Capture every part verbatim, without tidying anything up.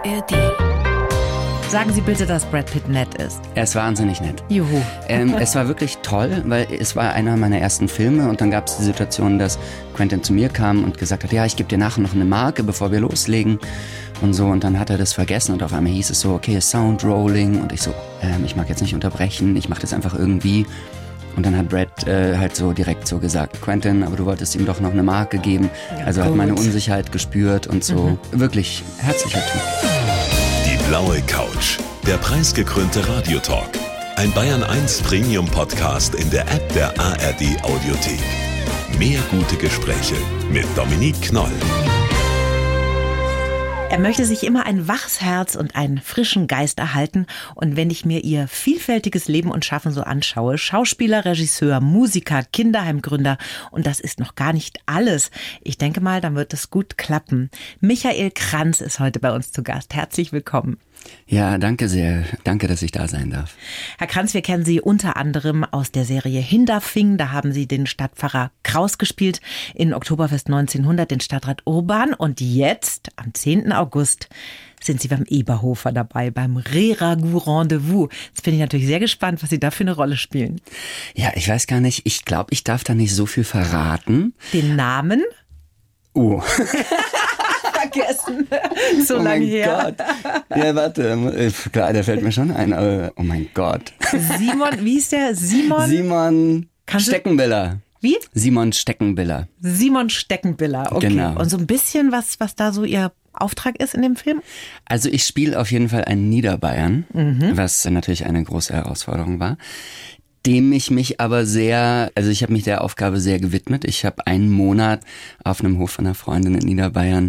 R D. Sagen Sie bitte, dass Brad Pitt nett ist. Er ist wahnsinnig nett. Juhu. Ähm, es war wirklich toll, weil es war einer meiner ersten Filme und dann gab es die Situation, dass Quentin zu mir kam und gesagt hat, ja, ich gebe dir nachher noch eine Marke, bevor wir loslegen und so. Und dann hat er das vergessen und auf einmal hieß es so, okay, Sound Rolling und ich so, ähm, ich mag jetzt nicht unterbrechen, ich mache das einfach irgendwie. Und dann hat Brad äh, halt so direkt so gesagt, Quentin, aber du wolltest ihm doch noch eine Marke geben. Ja, also gut. hat meine Unsicherheit gespürt und so. Mhm. Wirklich herzlicher Typ. Die blaue Couch, der preisgekrönte Radiotalk. Ein Bayern eins Premium-Podcast in der App der A R D Audiothek. Mehr gute Gespräche mit Dominique Knoll. Er möchte sich immer ein waches Herz und einen frischen Geist erhalten. Und wenn ich mir ihr vielfältiges Leben und Schaffen so anschaue, Schauspieler, Regisseur, Musiker, Kinderheimgründer, und das ist noch gar nicht alles. Ich denke mal, dann wird es gut klappen. Michael Kranz ist heute bei uns zu Gast. Herzlich willkommen. Ja, danke sehr. Danke, dass ich da sein darf. Herr Kranz, wir kennen Sie unter anderem aus der Serie Hinterfing. Da haben Sie den Stadtpfarrer Kraus gespielt, in Oktoberfest neunzehnhundert den Stadtrat Urban. Und jetzt, am zehnten August, sind Sie beim Eberhofer dabei, beim Re-Ragout-Rendezvous. Jetzt bin ich natürlich sehr gespannt, was Sie da für eine Rolle spielen. Ja, ich weiß gar nicht. Ich glaube, ich darf da nicht so viel verraten. Den Namen? Oh. Vergessen. So oh lange mein her. Gott. Ja, warte. Klar, der fällt mir schon ein. Aber, oh mein Gott. Simon, wie ist der? Simon? Simon Kannst du- Steckenbiller. Wie? Simon Steckenbiller. Simon Steckenbiller. Okay. Genau. Und so ein bisschen, was, was da so Ihr Auftrag ist in dem Film? Also ich spiele auf jeden Fall einen Niederbayern, mhm. was natürlich eine große Herausforderung war. Dem ich mich aber sehr, also ich habe mich der Aufgabe sehr gewidmet. Ich habe einen Monat auf einem Hof von einer Freundin in Niederbayern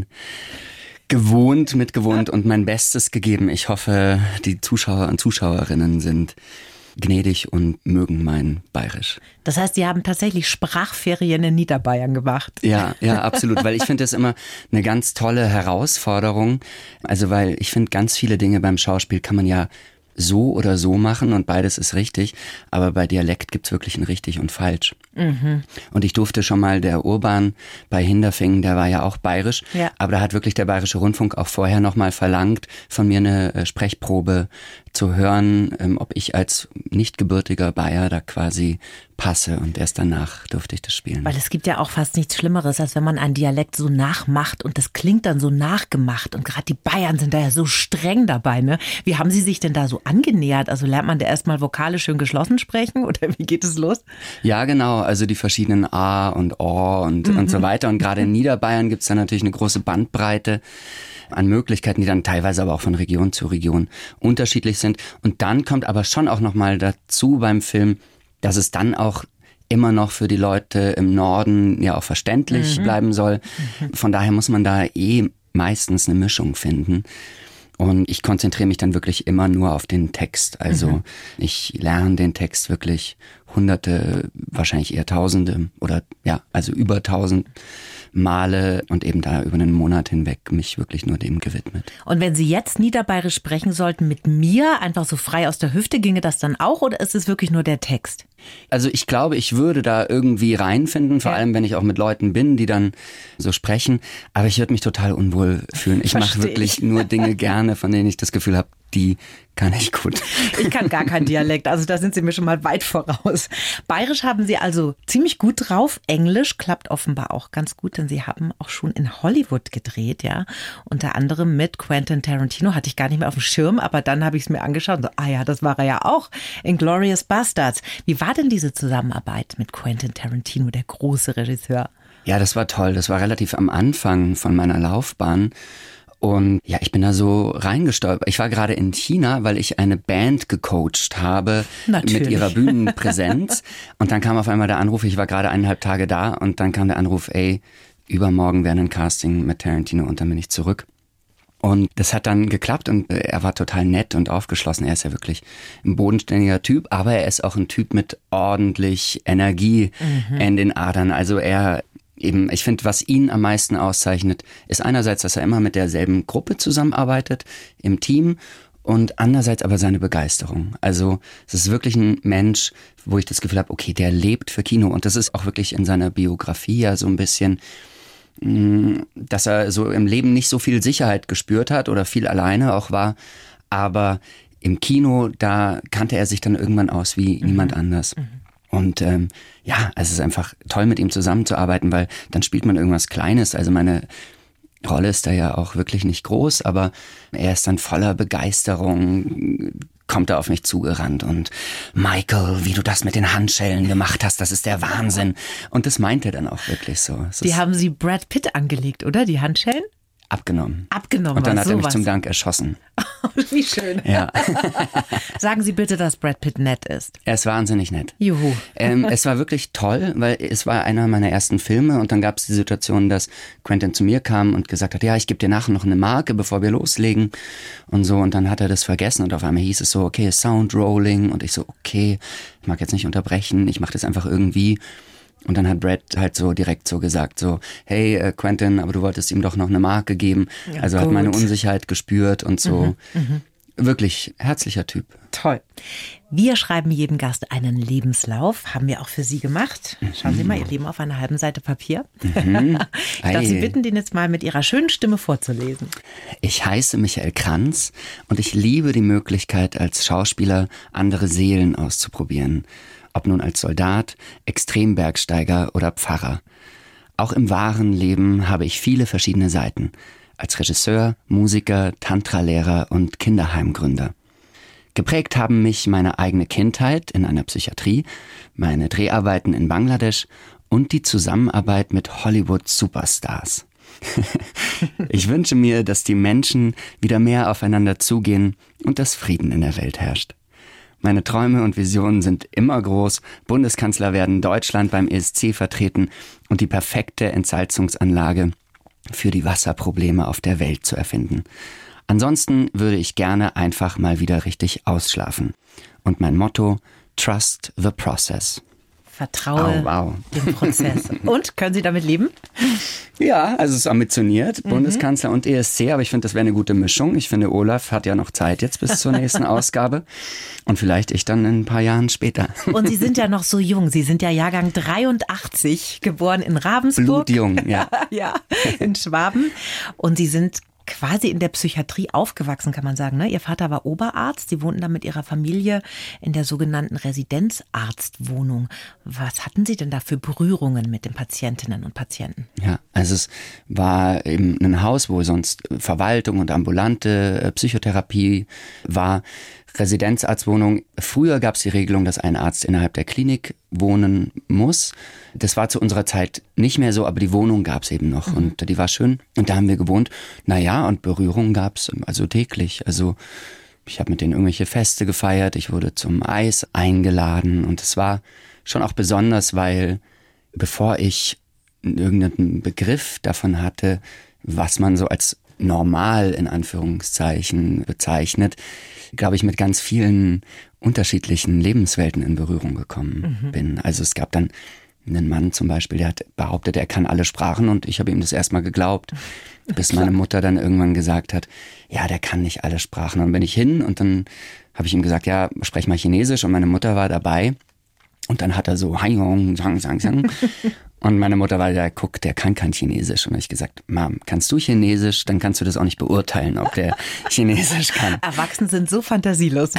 gewohnt, mitgewohnt und mein Bestes gegeben. Ich hoffe, die Zuschauer und Zuschauerinnen sind gnädig und mögen mein Bayerisch. Das heißt, Sie haben tatsächlich Sprachferien in Niederbayern gemacht. Ja, ja, absolut, weil ich finde das immer eine ganz tolle Herausforderung. Also weil ich finde, ganz viele Dinge beim Schauspiel kann man ja so oder so machen und beides ist richtig, aber bei Dialekt gibt's wirklich ein richtig und falsch. Mhm. Und ich durfte schon mal der Urban bei Hinterfingen, der war ja auch bayerisch, ja. aber da hat wirklich der Bayerische Rundfunk auch vorher nochmal verlangt, von mir eine äh, Sprechprobe zu hören, ähm, ob ich als nicht gebürtiger Bayer da quasi passe und erst danach durfte ich das spielen. Weil es gibt ja auch fast nichts Schlimmeres, als wenn man einen Dialekt so nachmacht und das klingt dann so nachgemacht und gerade die Bayern sind da ja so streng dabei, ne? Wie haben Sie sich denn da so angenähert? Also lernt man da erstmal Vokale schön geschlossen sprechen oder wie geht es los? Ja, genau, also die verschiedenen A und O und, mhm. und so weiter und gerade in Niederbayern gibt's da natürlich eine große Bandbreite an Möglichkeiten, die dann teilweise aber auch von Region zu Region unterschiedlich sind. Und dann kommt aber schon auch nochmal dazu beim Film, dass es dann auch immer noch für die Leute im Norden ja auch verständlich mhm. bleiben soll. Mhm. Von daher muss man da eh meistens eine Mischung finden. Und ich konzentriere mich dann wirklich immer nur auf den Text. Also mhm. ich lerne den Text wirklich hunderte, wahrscheinlich eher tausende oder ja, also über tausend Male und eben da über einen Monat hinweg mich wirklich nur dem gewidmet. Und wenn Sie jetzt Niederbayerisch sprechen sollten mit mir, einfach so frei aus der Hüfte, ginge das dann auch oder ist es wirklich nur der Text? Also ich glaube, ich würde da irgendwie reinfinden, vor ja. allem wenn ich auch mit Leuten bin, die dann so sprechen, aber ich würde mich total unwohl fühlen. Ich mache wirklich nur Dinge gerne, von denen ich das Gefühl habe, die kann ich gut. Ich kann gar keinen Dialekt, also da sind Sie mir schon mal weit voraus. Bayerisch haben Sie also ziemlich gut drauf. Englisch klappt offenbar auch ganz gut, denn Sie haben auch schon in Hollywood gedreht, ja. Unter anderem mit Quentin Tarantino, hatte ich gar nicht mehr auf dem Schirm, aber dann habe ich es mir angeschaut und so, ah ja, das war er ja auch, Inglourious Basterds. Wie war denn diese Zusammenarbeit mit Quentin Tarantino, der große Regisseur? Ja, das war toll. Das war relativ am Anfang von meiner Laufbahn. Und ja, ich bin da so reingestolpert. Ich war gerade in China, weil ich eine Band gecoacht habe Natürlich. mit ihrer Bühnenpräsenz. Und dann kam auf einmal der Anruf, ich war gerade eineinhalb Tage da und dann kam der Anruf, ey, übermorgen wäre ein Casting mit Tarantino und dann bin ich zurück. Und das hat dann geklappt und er war total nett und aufgeschlossen. Er ist ja wirklich ein bodenständiger Typ, aber er ist auch ein Typ mit ordentlich Energie mhm. in den Adern. Also er eben, ich finde, was ihn am meisten auszeichnet, ist einerseits, dass er immer mit derselben Gruppe zusammenarbeitet, im Team, und andererseits aber seine Begeisterung. Also es ist wirklich ein Mensch, wo ich das Gefühl habe, okay, der lebt für Kino. Und das ist auch wirklich in seiner Biografie ja so ein bisschen dass er so im Leben nicht so viel Sicherheit gespürt hat oder viel alleine auch war. Aber im Kino, da kannte er sich dann irgendwann aus wie mhm. niemand anders. Mhm. Und ähm, ja, es ist einfach toll, mit ihm zusammenzuarbeiten, weil dann spielt man irgendwas Kleines. Also meine Rolle ist da ja auch wirklich nicht groß, aber er ist dann voller Begeisterung, kommt er auf mich zugerannt und Michael, wie du das mit den Handschellen gemacht hast, das ist der Wahnsinn. Und das meint er dann auch wirklich so. Es die haben Sie Brad Pitt angelegt, oder? Die Handschellen? Abgenommen. Abgenommen. Und dann hat er mich sowas. zum Dank erschossen. Wie schön. Ja. Sagen Sie bitte, dass Brad Pitt nett ist. Er ist wahnsinnig nett. Juhu. Ähm, es war wirklich toll, weil es war einer meiner ersten Filme und dann gab es die Situation, dass Quentin zu mir kam und gesagt hat, ja, ich gebe dir nachher noch eine Marke, bevor wir loslegen und so. Und dann hat er das vergessen und auf einmal hieß es so, okay, Sound Rolling und ich so, okay, ich mag jetzt nicht unterbrechen, ich mache das einfach irgendwie. Und dann hat Brad halt so direkt so gesagt, so, hey äh, Quentin, aber du wolltest ihm doch noch eine Marke geben. Ja, also gut. Hat meine Unsicherheit gespürt und so. Mhm, mh. Wirklich herzlicher Typ. Toll. Wir schreiben jedem Gast einen Lebenslauf, haben wir auch für Sie gemacht. Schauen Sie mal, Ihr Leben auf einer halben Seite Papier. Mhm. Ich darf Sie bitten, den jetzt mal mit Ihrer schönen Stimme vorzulesen. Ich heiße Michael Kranz und ich liebe die Möglichkeit, als Schauspieler andere Seelen auszuprobieren. Ob nun als Soldat, Extrembergsteiger oder Pfarrer. Auch im wahren Leben habe ich viele verschiedene Seiten. Als Regisseur, Musiker, Tantra-Lehrer und Kinderheimgründer. Geprägt haben mich meine eigene Kindheit in einer Psychiatrie, meine Dreharbeiten in Bangladesch und die Zusammenarbeit mit Hollywood-Superstars. Ich wünsche mir, dass die Menschen wieder mehr aufeinander zugehen und dass Frieden in der Welt herrscht. Meine Träume und Visionen sind immer groß, Bundeskanzler werden, Deutschland beim E S C vertreten und die perfekte Entsalzungsanlage für die Wasserprobleme auf der Welt zu erfinden. Ansonsten würde ich gerne einfach mal wieder richtig ausschlafen. Und mein Motto, Trust the Process. Vertraue oh, wow. dem Prozess. Und, können Sie damit leben? Ja, also es ist ambitioniert, mhm. Bundeskanzler und E S C, aber ich finde, das wäre eine gute Mischung. Ich finde, Olaf hat ja noch Zeit jetzt bis zur nächsten Ausgabe und vielleicht ich dann in ein paar Jahren später. Und Sie sind ja noch so jung, Sie sind ja Jahrgang dreiundachtzig, geboren in Ravensburg. Blutjung, ja. Ja, in Schwaben. Und Sie sind quasi in der Psychiatrie aufgewachsen, kann man sagen. Ne? Ihr Vater war Oberarzt, Sie wohnten dann mit Ihrer Familie in der sogenannten Residenzarztwohnung. Was hatten Sie denn da für Berührungen mit den Patientinnen und Patienten? Ja, also es war eben ein Haus, wo sonst Verwaltung und ambulante Psychotherapie war. Residenzarztwohnung. Früher gab es die Regelung, dass ein Arzt innerhalb der Klinik wohnen muss. Das war zu unserer Zeit nicht mehr so, aber die Wohnung gab es eben noch mhm. und die war schön. Und da haben wir gewohnt. Naja, und Berührung gab es also täglich. Also ich habe mit denen irgendwelche Feste gefeiert, ich wurde zum Eis eingeladen und es war schon auch besonders, weil bevor ich irgendeinen Begriff davon hatte, was man so als normal in Anführungszeichen bezeichnet, glaube ich, mit ganz vielen unterschiedlichen Lebenswelten in Berührung gekommen mhm. bin. Also es gab dann einen Mann zum Beispiel, der hat behauptet, er kann alle Sprachen und ich habe ihm das erstmal geglaubt, bis meine Mutter dann irgendwann gesagt hat, ja, der kann nicht alle Sprachen. Und dann bin ich hin und dann habe ich ihm gesagt, ja, sprech mal Chinesisch und meine Mutter war dabei und dann hat er so sang, sang, sang. Und meine Mutter war da, guck, der kann kein Chinesisch. Und dann habe ich gesagt, Mom, kannst du Chinesisch? Dann kannst du das auch nicht beurteilen, ob der Chinesisch kann. Erwachsene sind so fantasielos, ne?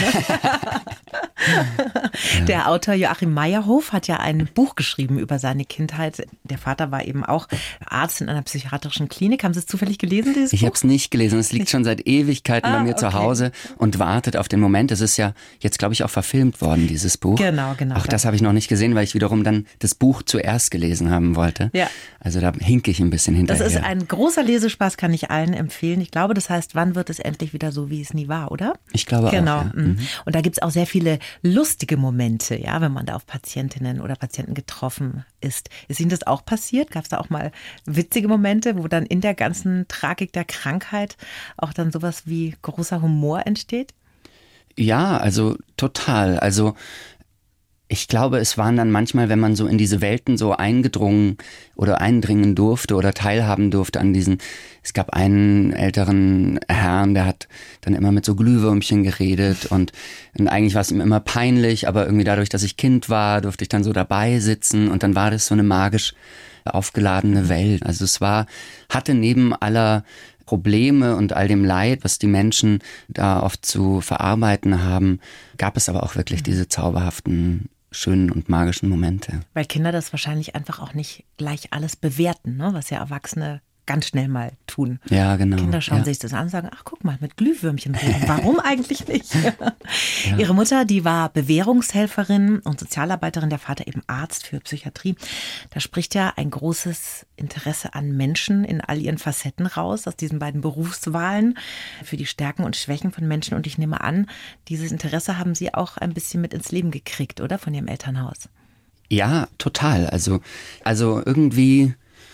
Der Autor Joachim Meyerhof hat ja ein Buch geschrieben über seine Kindheit. Der Vater war eben auch Arzt in einer psychiatrischen Klinik. Haben Sie es zufällig gelesen, dieses ich Buch? Ich habe es nicht gelesen. Es liegt schon seit Ewigkeiten ah, bei mir okay. zu Hause und wartet auf den Moment. Es ist ja jetzt, glaube ich, auch verfilmt worden, dieses Buch. Genau, genau. Auch das habe ich noch nicht gesehen, weil ich wiederum dann das Buch zuerst gelesen haben wollte. Ja. Also da hinke ich ein bisschen hinterher. Das ist ein großer Lesespaß, kann ich allen empfehlen. Ich glaube, das heißt, wann wird es endlich wieder so, wie es nie war, oder? Ich glaube genau. auch. Genau. Ja. Mhm. Und da gibt es auch sehr viele lustige Momente, ja, wenn man da auf Patientinnen oder Patienten getroffen ist. Ist Ihnen das auch passiert? Gab es da auch mal witzige Momente, wo dann in der ganzen Tragik der Krankheit auch dann sowas wie großer Humor entsteht? Ja, also total. Also ich glaube, es waren dann manchmal, wenn man so in diese Welten so eingedrungen oder eindringen durfte oder teilhaben durfte an diesen, es gab einen älteren Herrn, der hat dann immer mit so Glühwürmchen geredet und, und eigentlich war es ihm immer peinlich, aber irgendwie dadurch, dass ich Kind war, durfte ich dann so dabei sitzen und dann war das so eine magisch aufgeladene Welt. Also es war, hatte neben aller Probleme und all dem Leid, was die Menschen da oft zu verarbeiten haben, gab es aber auch wirklich diese zauberhaften, schönen und magischen Momente. Weil Kinder das wahrscheinlich einfach auch nicht gleich alles bewerten, ne? Was ja Erwachsene ganz schnell mal tun. Ja, genau. Kinder schauen ja. sich das an und sagen, ach guck mal, mit Glühwürmchen reden. Warum eigentlich nicht? Ja. Ihre Mutter, die war Bewährungshelferin und Sozialarbeiterin, der Vater eben Arzt für Psychiatrie. Da spricht ja ein großes Interesse an Menschen in all ihren Facetten raus, aus diesen beiden Berufswahlen für die Stärken und Schwächen von Menschen. Und ich nehme an, dieses Interesse haben Sie auch ein bisschen mit ins Leben gekriegt, oder? Von Ihrem Elternhaus. Ja, total. Also, also irgendwie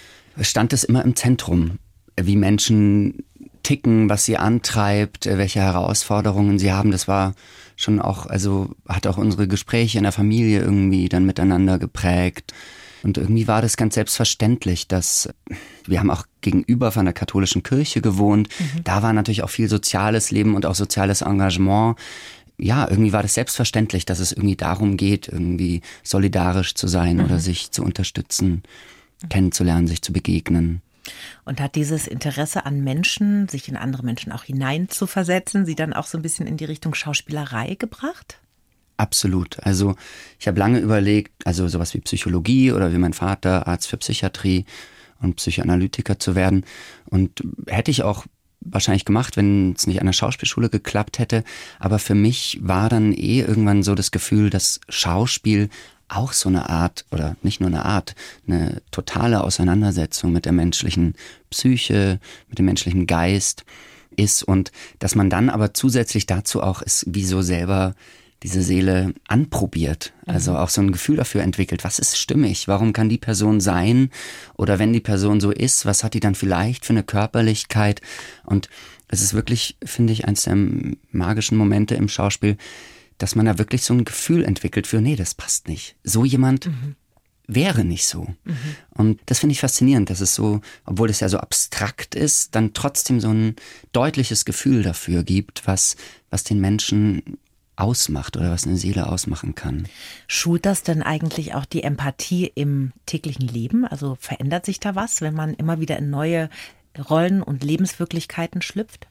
stand es immer im Zentrum, wie Menschen ticken, was sie antreibt, welche Herausforderungen sie haben. Das war schon auch, also hat auch unsere Gespräche in der Familie irgendwie dann miteinander geprägt. Und irgendwie war das ganz selbstverständlich, dass wir haben auch gegenüber von der katholischen Kirche gewohnt. Mhm. Da war natürlich auch viel soziales Leben und auch soziales Engagement. Ja, irgendwie war das selbstverständlich, dass es irgendwie darum geht, irgendwie solidarisch zu sein mhm. oder sich zu unterstützen, kennenzulernen, sich zu begegnen. Und hat dieses Interesse an Menschen, sich in andere Menschen auch hineinzuversetzen, Sie dann auch so ein bisschen in die Richtung Schauspielerei gebracht? Absolut. Also ich habe lange überlegt, also sowas wie Psychologie oder wie mein Vater, Arzt für Psychiatrie und Psychoanalytiker zu werden. Und hätte ich auch wahrscheinlich gemacht, wenn es nicht an der Schauspielschule geklappt hätte. Aber für mich war dann eh irgendwann so das Gefühl, dass Schauspiel auch so eine Art, oder nicht nur eine Art, eine totale Auseinandersetzung mit der menschlichen Psyche, mit dem menschlichen Geist ist und dass man dann aber zusätzlich dazu auch es wie so selber diese Seele anprobiert, also auch so ein Gefühl dafür entwickelt, was ist stimmig, warum kann die Person sein oder wenn die Person so ist, was hat die dann vielleicht für eine Körperlichkeit und es ist wirklich, finde ich, eins der magischen Momente im Schauspiel, dass man da wirklich so ein Gefühl entwickelt für, nee, das passt nicht. So jemand mhm. wäre nicht so. Mhm. Und das finde ich faszinierend, dass es so, obwohl es ja so abstrakt ist, dann trotzdem so ein deutliches Gefühl dafür gibt, was, was den Menschen ausmacht oder was eine Seele ausmachen kann. Schult das denn eigentlich auch die Empathie im täglichen Leben? Also verändert sich da was, wenn man immer wieder in neue Rollen und Lebenswirklichkeiten schlüpft?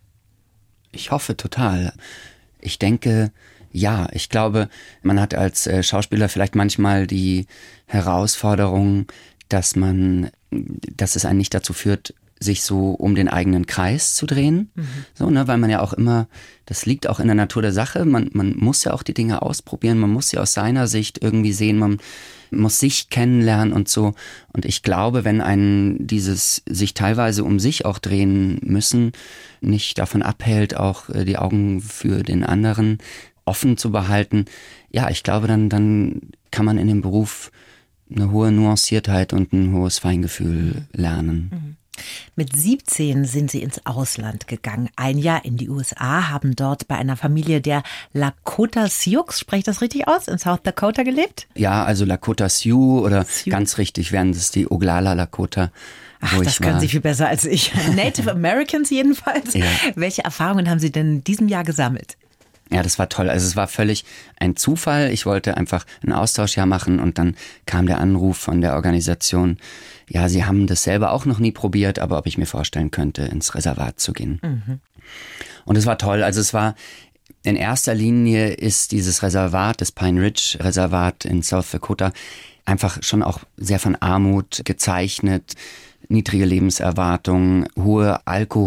Ich hoffe total. Ich denke, ja, ich glaube, man hat als äh, Schauspieler vielleicht manchmal die Herausforderung, dass man, dass es einen nicht dazu führt, sich so um den eigenen Kreis zu drehen. Mhm. So, ne, weil man ja auch immer, das liegt auch in der Natur der Sache, man, man muss ja auch die Dinge ausprobieren, man muss sie aus seiner Sicht irgendwie sehen, man muss sich kennenlernen und so. Und ich glaube, wenn einen dieses sich teilweise um sich auch drehen müssen, nicht davon abhält, auch äh, die Augen für den anderen offen zu behalten, ja, ich glaube, dann, dann kann man in dem Beruf eine hohe Nuanciertheit und ein hohes Feingefühl lernen. Mhm. Mit siebzehn sind Sie ins Ausland gegangen, ein Jahr in die U S A, haben dort bei einer Familie der Lakota Sioux, spreche ich das richtig aus, in South Dakota gelebt? Ja, also Lakota Sioux oder Sioux. Ganz richtig wären es die Oglala Lakota. Ach, das können Sie viel besser als ich. Native Americans jedenfalls. Ja. Welche Erfahrungen haben Sie denn in diesem Jahr gesammelt? Ja, das war toll. Also es war völlig ein Zufall. Ich wollte einfach ein Austauschjahr machen und dann kam der Anruf von der Organisation, ja, sie haben das selber auch noch nie probiert, aber ob ich mir vorstellen könnte, ins Reservat zu gehen. Mhm. Und es war toll. Also es war, in erster Linie ist dieses Reservat, das Pine Ridge Reservat in South Dakota, einfach schon auch sehr von Armut gezeichnet. Niedrige Lebenserwartung, hohe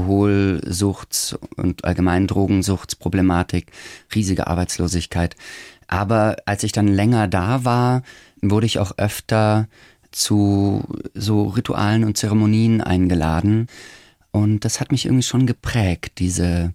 Alkoholsucht und allgemein Drogensuchtsproblematik, riesige Arbeitslosigkeit. Aber als ich dann länger da war, wurde ich auch öfter zu so Ritualen und Zeremonien eingeladen. Und das hat mich irgendwie schon geprägt, diese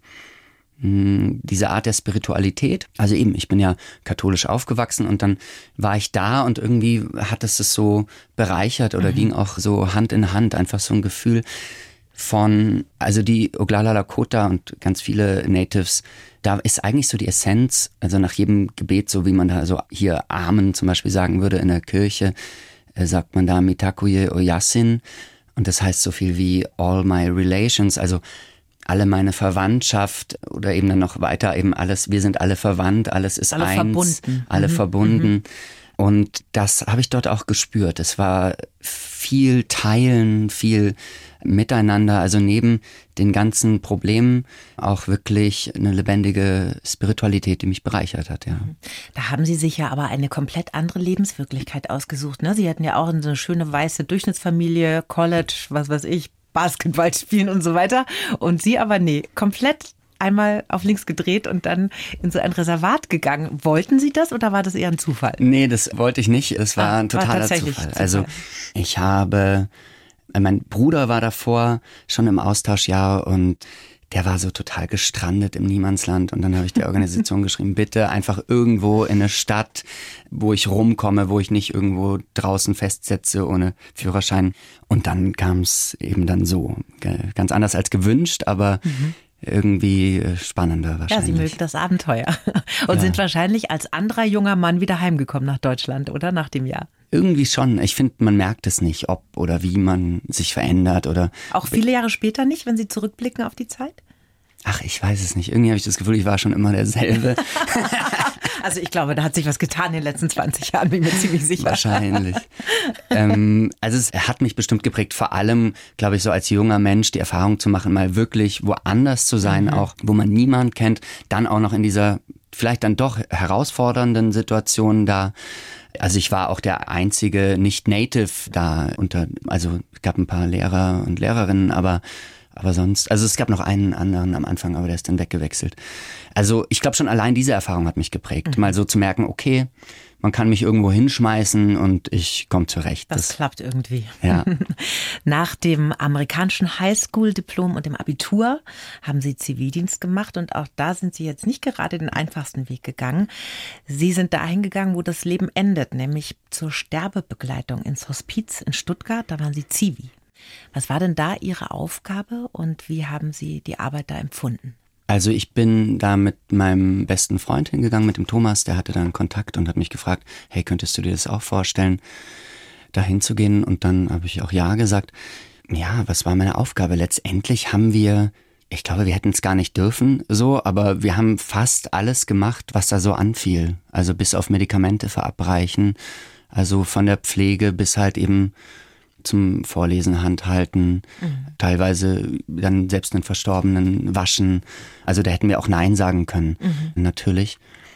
diese Art der Spiritualität. Also eben, ich bin ja katholisch aufgewachsen und dann war ich da und irgendwie hat es es so bereichert oder mhm. ging auch so Hand in Hand, einfach so ein Gefühl von, also die Oglala Lakota und ganz viele Natives, da ist eigentlich so die Essenz, also nach jedem Gebet, so wie man da so hier Amen zum Beispiel sagen würde in der Kirche, äh, sagt man da Mitakuye Oyasin und das heißt so viel wie all my relations, also alle meine Verwandtschaft oder eben dann noch weiter eben alles, wir sind alle verwandt, alles ist alle eins, verbunden. alle mhm. verbunden. Mhm. Und das habe ich dort auch gespürt. Es war viel Teilen, viel Miteinander, also neben den ganzen Problemen auch wirklich eine lebendige Spiritualität, die mich bereichert hat, ja. Da haben Sie sich ja aber eine komplett andere Lebenswirklichkeit ausgesucht, ne? Sie hatten ja auch eine schöne weiße Durchschnittsfamilie, College, was weiß ich, Basketball spielen und so weiter. Und Sie aber nee, komplett einmal auf links gedreht und dann in so ein Reservat gegangen. Wollten Sie das oder war das eher ein Zufall? Nee, das wollte ich nicht. Es war ah, ein totaler war Zufall. Zufall. Also ich habe, mein Bruder war davor schon im Austausch, ja, und der war so total gestrandet im Niemandsland. Und dann habe ich der Organisation geschrieben, bitte einfach irgendwo in eine Stadt, wo ich rumkomme, wo ich nicht irgendwo draußen festsetze ohne Führerschein. Und dann kam es eben dann so. Ganz anders als gewünscht, aber mhm. irgendwie spannender wahrscheinlich. Ja, Sie mögen das Abenteuer und ja. sind wahrscheinlich als anderer junger Mann wieder heimgekommen nach Deutschland, oder? Nach dem Jahr. Irgendwie schon. Ich finde, man merkt es nicht, ob oder wie man sich verändert oder. Auch viele Jahre später nicht, wenn Sie zurückblicken auf die Zeit? Ach, ich weiß es nicht. Irgendwie habe ich das Gefühl, ich war schon immer derselbe. Also ich glaube, da hat sich was getan in den letzten zwanzig Jahren, bin mir ziemlich sicher. Wahrscheinlich. ähm, also es hat mich bestimmt geprägt, vor allem, glaube ich, so als junger Mensch die Erfahrung zu machen, mal wirklich woanders zu sein, mhm. auch wo man niemand kennt, dann auch noch in dieser vielleicht dann doch herausfordernden Situation da. Also ich war auch der einzige Nicht-Native da unter, also es gab ein paar Lehrer und Lehrerinnen, aber Aber sonst, also es gab noch einen anderen am Anfang, aber der ist dann weggewechselt. Also ich glaube schon allein diese Erfahrung hat mich geprägt. Mhm. Mal so zu merken, okay, man kann mich irgendwo hinschmeißen und ich komme zurecht. Das, das klappt irgendwie. Ja. Nach dem amerikanischen Highschool-Diplom und dem Abitur haben Sie Zivildienst gemacht und auch da sind Sie jetzt nicht gerade den einfachsten Weg gegangen. Sie sind dahin gegangen, wo das Leben endet, nämlich zur Sterbebegleitung ins Hospiz in Stuttgart. Da waren Sie Zivi. Was war denn da Ihre Aufgabe und wie haben Sie die Arbeit da empfunden? Also ich bin da mit meinem besten Freund hingegangen, mit dem Thomas, der hatte dann Kontakt und hat mich gefragt, hey, könntest du dir das auch vorstellen, da hinzugehen? Und dann habe ich auch ja gesagt. Ja, was war meine Aufgabe? Letztendlich haben wir, ich glaube, wir hätten es gar nicht dürfen so, aber wir haben fast alles gemacht, was da so anfiel. Also bis auf Medikamente verabreichen, also von der Pflege bis halt eben zum Vorlesen, Handhalten, mhm. teilweise dann selbst einen Verstorbenen waschen. Also da hätten wir auch Nein sagen können, mhm. natürlich.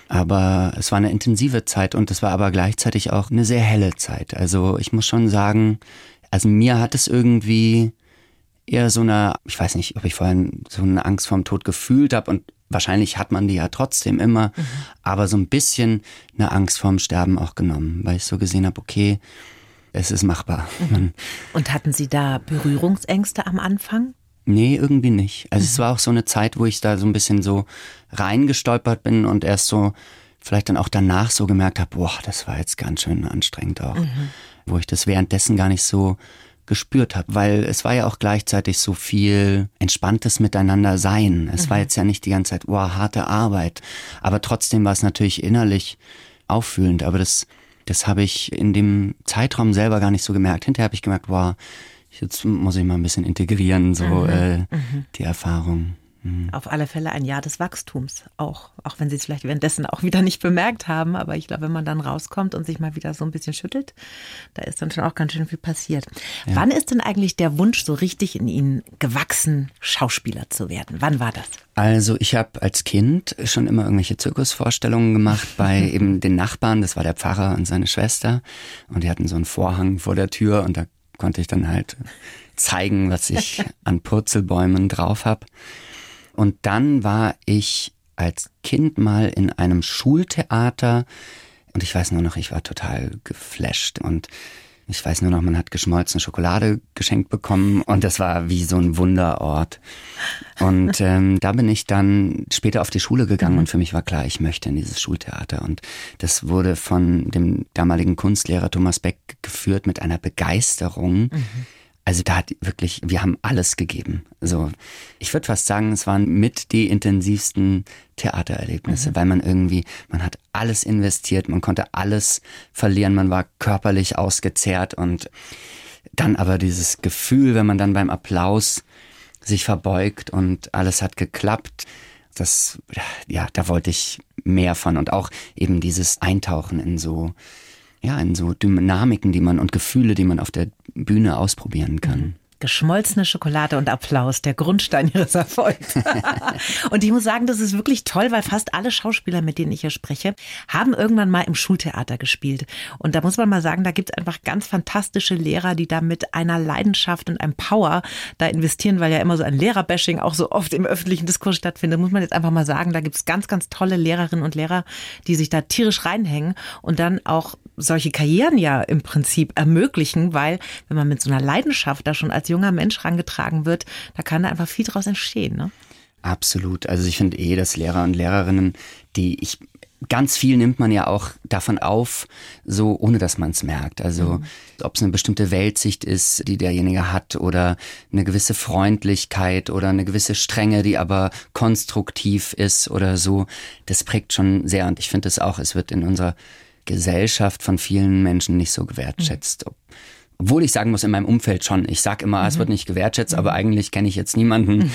Aber es war eine intensive Zeit und es war aber gleichzeitig auch eine sehr helle Zeit. Also ich muss schon sagen, also mir hat es irgendwie eher so eine, ich weiß nicht, ob ich vorhin so eine Angst vorm Tod gefühlt habe und wahrscheinlich hat man die ja trotzdem immer, mhm. aber so ein bisschen eine Angst vorm Sterben auch genommen, weil ich so gesehen habe, okay, es ist machbar. Mhm. Und hatten Sie da Berührungsängste am Anfang? Nee, irgendwie nicht. Also mhm. es war auch so eine Zeit, wo ich da so ein bisschen so reingestolpert bin und erst so vielleicht dann auch danach so gemerkt habe, boah, das war jetzt ganz schön anstrengend auch. Mhm. Wo ich das währenddessen gar nicht so gespürt habe, weil es war ja auch gleichzeitig so viel entspanntes Miteinander sein. Es mhm. war jetzt ja nicht die ganze Zeit, boah, harte Arbeit. Aber trotzdem war es natürlich innerlich auffühlend. Aber das Das habe ich in dem Zeitraum selber gar nicht so gemerkt. Hinterher habe ich gemerkt, wow, jetzt muss ich mal ein bisschen integrieren, so mhm, äh, mhm. die Erfahrung. Mhm. Auf alle Fälle ein Jahr des Wachstums auch. Auch wenn Sie es vielleicht währenddessen auch wieder nicht bemerkt haben. Aber ich glaube, wenn man dann rauskommt und sich mal wieder so ein bisschen schüttelt, da ist dann schon auch ganz schön viel passiert. Ja. Wann ist denn eigentlich der Wunsch so richtig in Ihnen gewachsen, Schauspieler zu werden? Wann war das? Also ich habe als Kind schon immer irgendwelche Zirkusvorstellungen gemacht bei eben den Nachbarn. Das war der Pfarrer und seine Schwester. Und die hatten so einen Vorhang vor der Tür und da konnte ich dann halt zeigen, was ich an Purzelbäumen drauf habe. Und dann war ich als Kind mal in einem Schultheater und ich weiß nur noch, ich war total geflasht und ich weiß nur noch, man hat geschmolzene Schokolade geschenkt bekommen und das war wie so ein Wunderort. Und ähm, da bin ich dann später auf die Schule gegangen und für mich war klar, ich möchte in dieses Schultheater. Und das wurde von dem damaligen Kunstlehrer Thomas Beck geführt mit einer Begeisterung. Mhm. Also da hat wirklich, wir haben alles gegeben. Also ich würde fast sagen, es waren mit die intensivsten Theatererlebnisse, mhm. weil man irgendwie, man hat alles investiert, man konnte alles verlieren, man war körperlich ausgezehrt und dann aber dieses Gefühl, wenn man dann beim Applaus sich verbeugt und alles hat geklappt, das, ja, da wollte ich mehr von und auch eben dieses Eintauchen in so ja, in so Dynamiken, die man und Gefühle, die man auf der Bühne ausprobieren kann. Mhm. Geschmolzene Schokolade und Applaus, der Grundstein ihres Erfolgs. Und ich muss sagen, das ist wirklich toll, weil fast alle Schauspieler, mit denen ich hier spreche, haben irgendwann mal im Schultheater gespielt. Und da muss man mal sagen, da gibt es einfach ganz fantastische Lehrer, die da mit einer Leidenschaft und einem Power da investieren, weil ja immer so ein Lehrerbashing auch so oft im öffentlichen Diskurs stattfindet. Muss man jetzt einfach mal sagen, da gibt es ganz, ganz tolle Lehrerinnen und Lehrer, die sich da tierisch reinhängen und dann auch solche Karrieren ja im Prinzip ermöglichen, weil wenn man mit so einer Leidenschaft da schon als junger Mensch rangetragen wird, da kann da einfach viel draus entstehen, ne? Absolut. Also ich finde eh, dass Lehrer und Lehrerinnen, die ich ganz viel nimmt man ja auch davon auf, so ohne dass man es merkt. Also mhm. ob es eine bestimmte Weltsicht ist, die derjenige hat oder eine gewisse Freundlichkeit oder eine gewisse Strenge, die aber konstruktiv ist oder so, das prägt schon sehr. Und ich finde es auch, es wird in unserer Gesellschaft von vielen Menschen nicht so gewertschätzt. Ob, obwohl ich sagen muss, in meinem Umfeld schon. Ich sag immer, mhm. es wird nicht gewertschätzt, mhm. aber eigentlich kenne ich jetzt niemanden.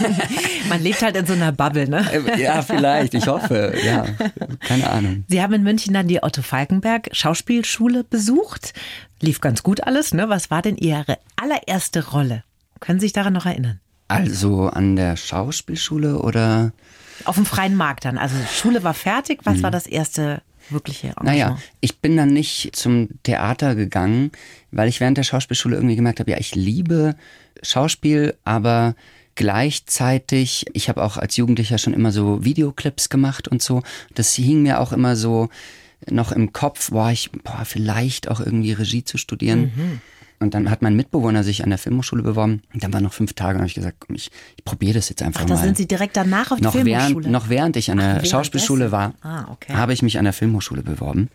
Man lebt halt in so einer Bubble, ne? Ja, vielleicht, ich hoffe, ja, keine Ahnung. Sie haben in München dann die Otto Falckenberg Schauspielschule besucht. Lief ganz gut alles, ne? Was war denn Ihre allererste Rolle? Können Sie sich daran noch erinnern? Also an der Schauspielschule oder? Auf dem freien Markt dann. Also Schule war fertig. Was mhm. war das erste wirkliche Engagement? Naja, ich bin dann nicht zum Theater gegangen, weil ich während der Schauspielschule irgendwie gemerkt habe, ja, ich liebe Schauspiel, aber gleichzeitig, ich habe auch als Jugendlicher schon immer so Videoclips gemacht und so. Das hing mir auch immer so noch im Kopf, boah, ich, boah, vielleicht auch irgendwie Regie zu studieren. Mhm. Und dann hat mein Mitbewohner sich an der Filmhochschule beworben. Und dann waren noch fünf Tage und habe ich gesagt, komm, ich, ich probiere das jetzt einfach Ach, mal. da sind Sie direkt danach auf die noch Filmhochschule? Während, noch während ich an der Ach, Schauspielschule war, ah, okay. habe ich mich an der Filmhochschule beworben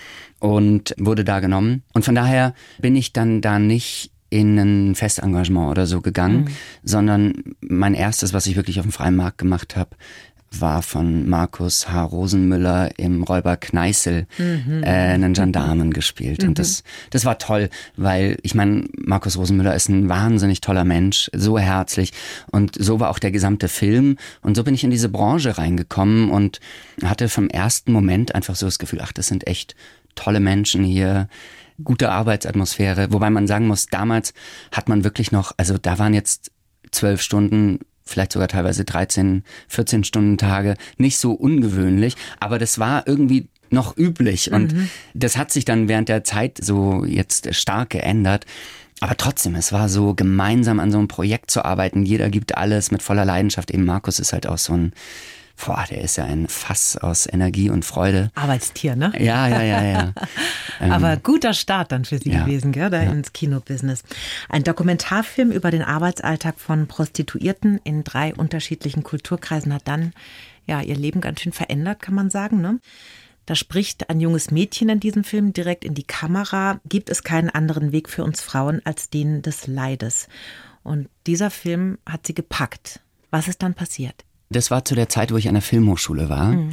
und wurde da genommen. Und von daher bin ich dann da nicht in ein Festengagement oder so gegangen, mhm. sondern mein erstes, was ich wirklich auf dem freien Markt gemacht habe, war von Markus H. Rosenmüller im Räuber Kneißl mhm. äh, einen Gendarmen gespielt. Mhm. Und das, das war toll, weil ich meine, Markus Rosenmüller ist ein wahnsinnig toller Mensch, so herzlich. Und so war auch der gesamte Film. Und so bin ich in diese Branche reingekommen und hatte vom ersten Moment einfach so das Gefühl, ach, das sind echt tolle Menschen hier. Gute Arbeitsatmosphäre. Wobei man sagen muss, damals hat man wirklich noch, also da waren jetzt zwölf Stunden, vielleicht sogar teilweise dreizehn, vierzehn Stunden Tage, nicht so ungewöhnlich, aber das war irgendwie noch üblich und mhm. das hat sich dann während der Zeit so jetzt stark geändert. Aber trotzdem, es war so, gemeinsam an so einem Projekt zu arbeiten, jeder gibt alles mit voller Leidenschaft. Eben Markus ist halt auch so ein, boah, der ist ja ein Fass aus Energie und Freude. Arbeitstier, ne? Ja, ja, ja, ja. Aber guter Start dann für Sie ja. gewesen, gell, da ja. ins Kinobusiness. Ein Dokumentarfilm über den Arbeitsalltag von Prostituierten in drei unterschiedlichen Kulturkreisen hat dann ja ihr Leben ganz schön verändert, kann man sagen, ne? Da spricht ein junges Mädchen in diesem Film direkt in die Kamera. Gibt es keinen anderen Weg für uns Frauen als den des Leides? Und dieser Film hat sie gepackt. Was ist dann passiert? Das war zu der Zeit, wo ich an der Filmhochschule war. Mhm.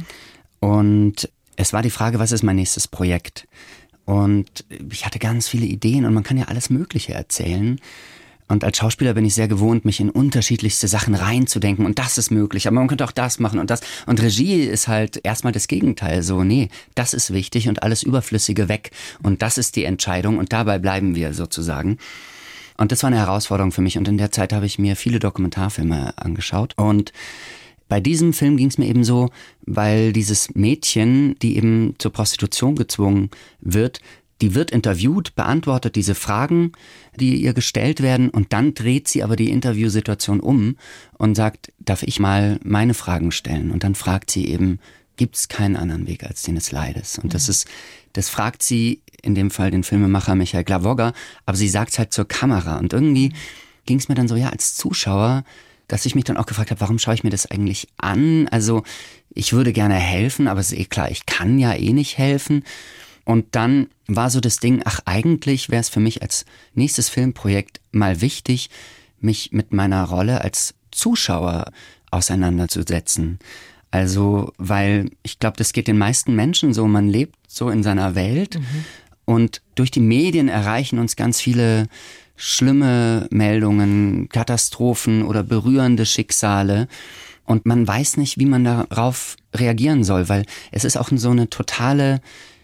Und es war die Frage, was ist mein nächstes Projekt? Und ich hatte ganz viele Ideen und man kann ja alles Mögliche erzählen. Und als Schauspieler bin ich sehr gewohnt, mich in unterschiedlichste Sachen reinzudenken. Und das ist möglich, aber man könnte auch das machen und das. Und Regie ist halt erstmal das Gegenteil. So, nee, das ist wichtig und alles Überflüssige weg. Und das ist die Entscheidung und dabei bleiben wir sozusagen. Und das war eine Herausforderung für mich. Und in der Zeit habe ich mir viele Dokumentarfilme angeschaut. Und bei diesem Film ging es mir eben so, weil dieses Mädchen, die eben zur Prostitution gezwungen wird, die wird interviewt, beantwortet diese Fragen, die ihr gestellt werden und dann dreht sie aber die Interviewsituation um und sagt, darf ich mal meine Fragen stellen? Und dann fragt sie eben, gibt es keinen anderen Weg als den des Leides? Und das ist, das fragt sie in dem Fall den Filmemacher Michael Glawogger, aber sie sagt es halt zur Kamera und irgendwie ging es mir dann so, ja, als Zuschauer, dass ich mich dann auch gefragt habe, warum schaue ich mir das eigentlich an? Also ich würde gerne helfen, aber es ist eh klar, ich kann ja eh nicht helfen. Und dann war so das Ding, ach eigentlich wäre es für mich als nächstes Filmprojekt mal wichtig, mich mit meiner Rolle als Zuschauer auseinanderzusetzen. Also, weil ich glaube, das geht den meisten Menschen so, man lebt so in seiner Welt mhm. und durch die Medien erreichen uns ganz viele schlimme Meldungen, Katastrophen oder berührende Schicksale und man weiß nicht, wie man darauf reagieren soll, weil es ist auch so eine totale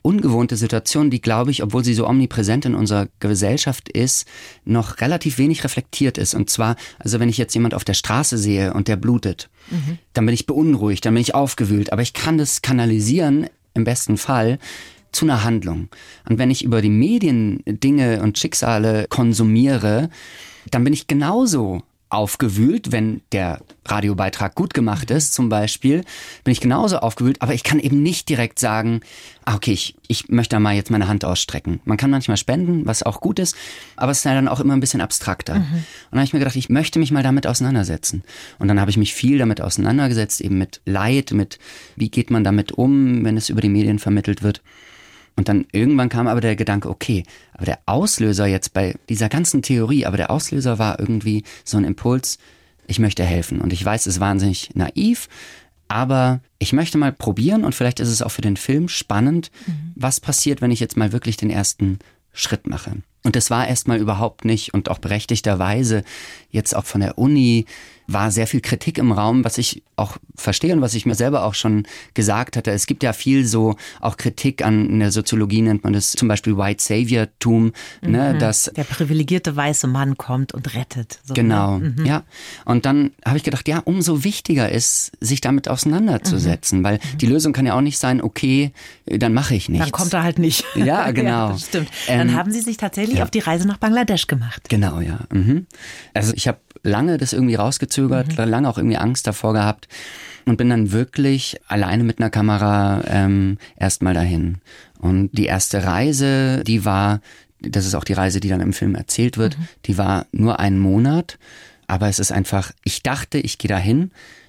ungewohnte Situation, die, glaube ich, obwohl sie so omnipräsent in unserer Gesellschaft ist, noch relativ wenig reflektiert ist. Und zwar, also wenn ich jetzt jemand auf der Straße sehe und der blutet, mhm. dann bin ich beunruhigt, dann bin ich aufgewühlt. Aber ich kann das kanalisieren, im besten Fall, zu einer Handlung. Und wenn ich über die Medien Dinge und Schicksale konsumiere, dann bin ich genauso aufgewühlt, wenn der Radiobeitrag gut gemacht ist, zum Beispiel, bin ich genauso aufgewühlt, aber ich kann eben nicht direkt sagen, ah, okay, ich, ich möchte da mal jetzt meine Hand ausstrecken. Man kann manchmal spenden, was auch gut ist, aber es ist ja dann auch immer ein bisschen abstrakter. Mhm. Und dann habe ich mir gedacht, ich möchte mich mal damit auseinandersetzen. Und dann habe ich mich viel damit auseinandergesetzt, eben mit Leid, mit wie geht man damit um, wenn es über die Medien vermittelt wird. Und dann irgendwann kam aber der Gedanke, okay, aber der Auslöser jetzt bei dieser ganzen Theorie, aber der Auslöser war irgendwie so ein Impuls, ich möchte helfen. Und ich weiß, es ist wahnsinnig naiv, aber ich möchte mal probieren und vielleicht ist es auch für den Film spannend, mhm. was passiert, wenn ich jetzt mal wirklich den ersten Schritt mache. Und das war erstmal überhaupt nicht und auch berechtigterweise jetzt auch von der Uni war sehr viel Kritik im Raum, was ich auch verstehe und was ich mir selber auch schon gesagt hatte. Es gibt ja viel so auch Kritik an, in der Soziologie nennt man das zum Beispiel White Savior-Tum. Mhm. Ne, dass der privilegierte weiße Mann kommt und rettet. So, genau, ne? mhm. ja. Und dann habe ich gedacht, ja, umso wichtiger ist, sich damit auseinanderzusetzen, mhm. weil mhm. die Lösung kann ja auch nicht sein, okay, dann mache ich nichts. Dann kommt er halt nicht. Ja, genau. Ja, das stimmt. Dann ähm, haben Sie sich tatsächlich ja. auf die Reise nach Bangladesch gemacht. Genau, ja. Mhm. Also ich habe lange das irgendwie rausgezögert, mhm. lange auch irgendwie Angst davor gehabt und bin dann wirklich alleine mit einer Kamera ähm, erstmal dahin. Und die erste Reise, die war, das ist auch die Reise, die dann im Film erzählt wird, mhm. die war nur einen Monat, aber es ist einfach, ich dachte, ich gehe dahin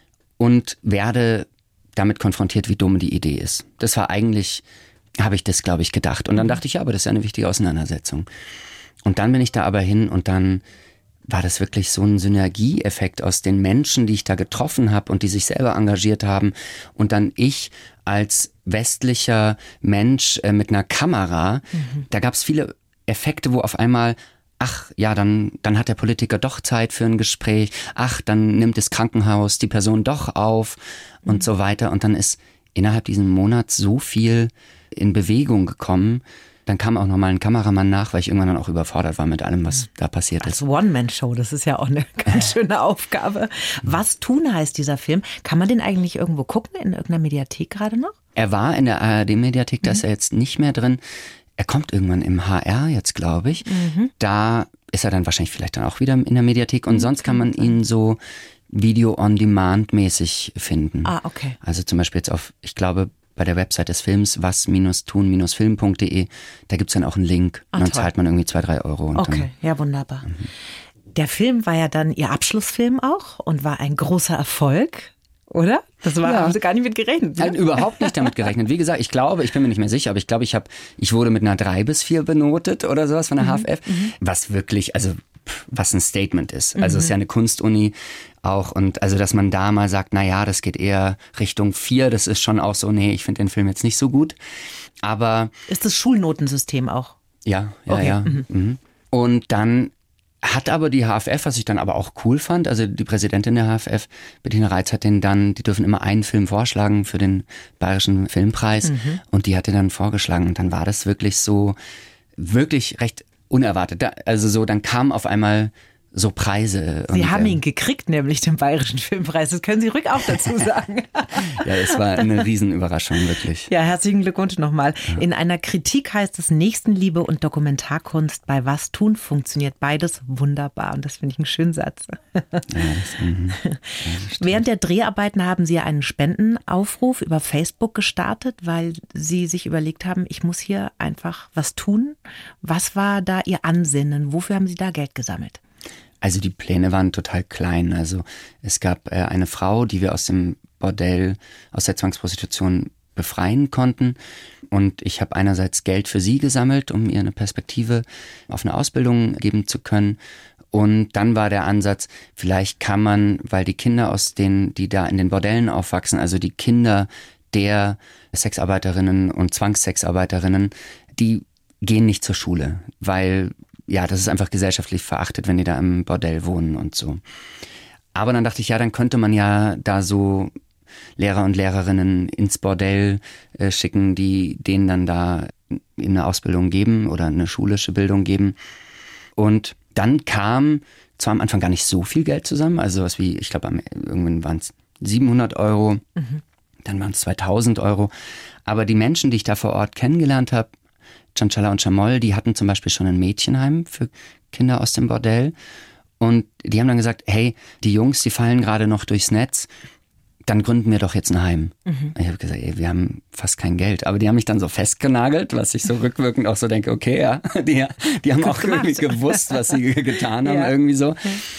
und werde damit konfrontiert, wie dumm die Idee ist. Das war eigentlich, habe ich das, glaube ich, gedacht. Und dann dachte ich, ja, aber das ist ja eine wichtige Auseinandersetzung. Und dann bin ich da aber hin und dann war das wirklich so ein Synergieeffekt aus den Menschen, die ich da getroffen habe und die sich selber engagiert haben. Und dann ich als westlicher Mensch äh, mit einer Kamera, mhm. da gab es viele Effekte, wo auf einmal, ach ja, dann, dann hat der Politiker doch Zeit für ein Gespräch, ach, dann nimmt das Krankenhaus die Person doch auf mhm. und so weiter. Und dann ist innerhalb diesen Monats so viel in Bewegung gekommen. Dann kam auch nochmal ein Kameramann nach, weil ich irgendwann dann auch überfordert war mit allem, was da passiert ist. Als One-Man-Show, das ist ja auch eine ganz schöne Aufgabe. Was tun heißt dieser Film? Kann man den eigentlich irgendwo gucken, in irgendeiner Mediathek gerade noch? Er war in der A R D-Mediathek, da mhm. ist er jetzt nicht mehr drin. Er kommt irgendwann im H R jetzt, glaube ich. Mhm. Da ist er dann wahrscheinlich vielleicht dann auch wieder in der Mediathek. Und mhm. sonst kann man ihn so Video-on-Demand-mäßig finden. Ah, okay. Also zum Beispiel jetzt auf, ich glaube, bei der Website des Films, was-tun-film punkt de, da gibt's dann auch einen Link. Ach, und dann toll. Zahlt man irgendwie zwei, drei Euro. Und okay, dann, ja, wunderbar. Mhm. Der Film war ja dann Ihr Abschlussfilm auch und war ein großer Erfolg, oder? Das war, ja. haben Sie gar nicht mit gerechnet. Nein, überhaupt nicht damit gerechnet. Wie gesagt, ich glaube, ich bin mir nicht mehr sicher, aber ich glaube, ich habe, ich wurde mit einer drei bis vier benotet oder sowas von der mhm. H F F, mhm. was wirklich, also was ein Statement ist. Also es ist ja eine Kunstuni auch und also, dass man da mal sagt, na ja, das geht eher Richtung vier, das ist schon auch so, nee, ich finde den Film jetzt nicht so gut. Aber ist das Schulnotensystem auch? Ja, ja, okay. ja. Mhm. Mhm. Und dann hat aber die H F F, was ich dann aber auch cool fand, also die Präsidentin der H F F, Bettina Reitz, hat den dann, die dürfen immer einen Film vorschlagen für den Bayerischen Filmpreis mhm. und die hat den dann vorgeschlagen und dann war das wirklich so, wirklich recht unerwartet. Da, also so, dann kam auf einmal so Preise. Sie und, haben äh, ihn gekriegt, nämlich den Bayerischen Filmpreis. Das können Sie ruhig auch dazu sagen. Ja, es war eine Riesenüberraschung, wirklich. Ja, herzlichen Glückwunsch nochmal. Ja. In einer Kritik heißt es, Nächstenliebe und Dokumentarkunst bei Was tun funktioniert beides wunderbar. Und das finde ich einen schönen Satz. Ja, das, mhm. ja, das Während der Dreharbeiten haben Sie ja einen Spendenaufruf über Facebook gestartet, weil Sie sich überlegt haben, ich muss hier einfach was tun. Was war da Ihr Ansinnen? Wofür haben Sie da Geld gesammelt? Also die Pläne waren total klein. Also es gab äh, eine Frau, die wir aus dem Bordell, aus der Zwangsprostitution befreien konnten. Und ich habe einerseits Geld für sie gesammelt, um ihr eine Perspektive auf eine Ausbildung geben zu können. Und dann war der Ansatz, vielleicht kann man, weil die Kinder aus den, die da in den Bordellen aufwachsen, also die Kinder der Sexarbeiterinnen und Zwangssexarbeiterinnen, die gehen nicht zur Schule, weil ja, das ist einfach gesellschaftlich verachtet, wenn die da im Bordell wohnen und so. Aber dann dachte ich, ja, dann könnte man ja da so Lehrer und Lehrerinnen ins Bordell äh, schicken, die denen dann da eine Ausbildung geben oder eine schulische Bildung geben. Und dann kam zwar am Anfang gar nicht so viel Geld zusammen, also was wie, ich glaube, irgendwann waren es siebenhundert Euro, mhm. dann waren es zweitausend Euro. Aber die Menschen, die ich da vor Ort kennengelernt habe, Cancella und Chamol, die hatten zum Beispiel schon ein Mädchenheim für Kinder aus dem Bordell. Und die haben dann gesagt, hey, die Jungs, die fallen gerade noch durchs Netz, dann gründen wir doch jetzt ein Heim. Mhm. Ich habe gesagt, ey, wir haben fast kein Geld. Aber die haben mich dann so festgenagelt, was ich so rückwirkend auch so denke, okay, ja, die, die haben Gut auch gemacht. Irgendwie gewusst, was sie getan haben, ja. irgendwie so.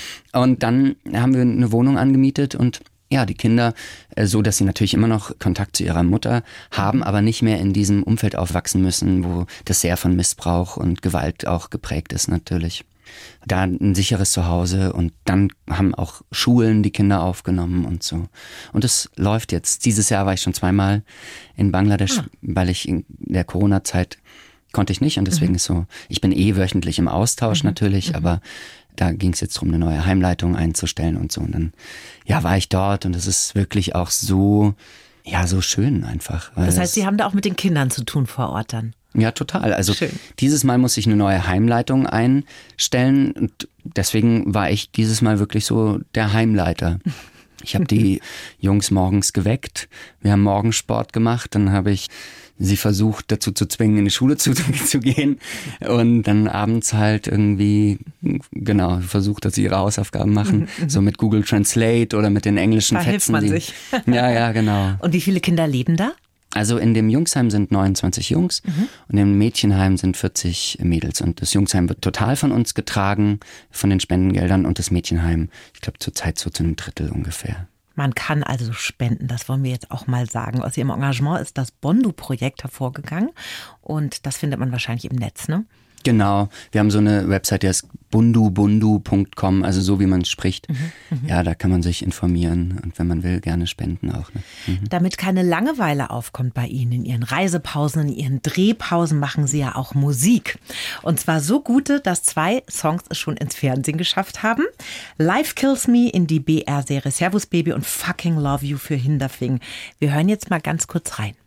Und dann haben wir eine Wohnung angemietet und ja, die Kinder, so dass sie natürlich immer noch Kontakt zu ihrer Mutter haben, aber nicht mehr in diesem Umfeld aufwachsen müssen, wo das sehr von Missbrauch und Gewalt auch geprägt ist natürlich. Da ein sicheres Zuhause und dann haben auch Schulen die Kinder aufgenommen und so. Und es läuft jetzt. Dieses Jahr war ich schon zweimal in Bangladesch, ah. weil ich in der Corona-Zeit konnte ich nicht und deswegen mhm. ist so, ich bin eh wöchentlich im Austausch mhm. natürlich, mhm. aber da ging es jetzt darum, eine neue Heimleitung einzustellen und so. Und dann, ja, war ich dort und es ist wirklich auch so, ja, so schön einfach. Das heißt, Sie haben da auch mit den Kindern zu tun vor Ort dann? Ja, total. Also schön. Dieses Mal muss ich eine neue Heimleitung einstellen und deswegen war ich dieses Mal wirklich so der Heimleiter. Ich habe die Jungs morgens geweckt, wir haben Morgensport gemacht, dann habe ich sie versucht dazu zu zwingen, in die Schule zu, zu gehen und dann abends halt irgendwie, genau, versucht, dass sie ihre Hausaufgaben machen, mhm. so mit Google Translate oder mit den englischen da Fetzen. Da hilft man die, sich. Ja, ja, genau. Und wie viele Kinder leben da? Also in dem Jungsheim sind neunundzwanzig Jungs mhm. und im Mädchenheim sind vierzig Mädels. Und das Jungsheim wird total von uns getragen, von den Spendengeldern und das Mädchenheim, ich glaube zurzeit so zu einem Drittel ungefähr. Man kann also spenden, das wollen wir jetzt auch mal sagen. Aus Ihrem Engagement ist das Bondu-Projekt hervorgegangen und das findet man wahrscheinlich im Netz, ne? Genau, wir haben so eine Website, die heißt bundu bundu punkt com, also so wie man es spricht. Mhm, ja, da kann man sich informieren und wenn man will, gerne spenden auch. Ne? Mhm. Damit keine Langeweile aufkommt bei Ihnen, in Ihren Reisepausen, in Ihren Drehpausen machen Sie ja auch Musik. Und zwar so gute, dass zwei Songs es schon ins Fernsehen geschafft haben. Life Kills Me in die B R-Serie Servus Baby und Fucking Love You für Hinderfing. Wir hören jetzt mal ganz kurz rein.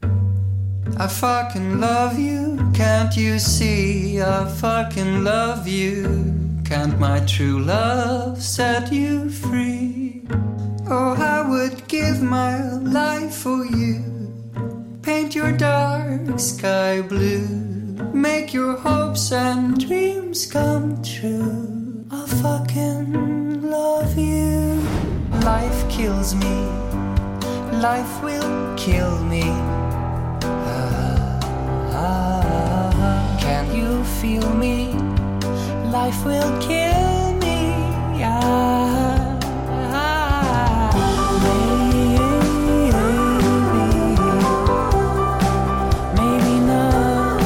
I fucking love you, can't you see? I fucking love you, can't my true love set you free? Oh, I would give my life for you, paint your dark sky blue, make your hopes and dreams come true. I fucking love you. Life kills me, life will kill me. Can you feel me? Life will kill me. Ah, ah, maybe, maybe not.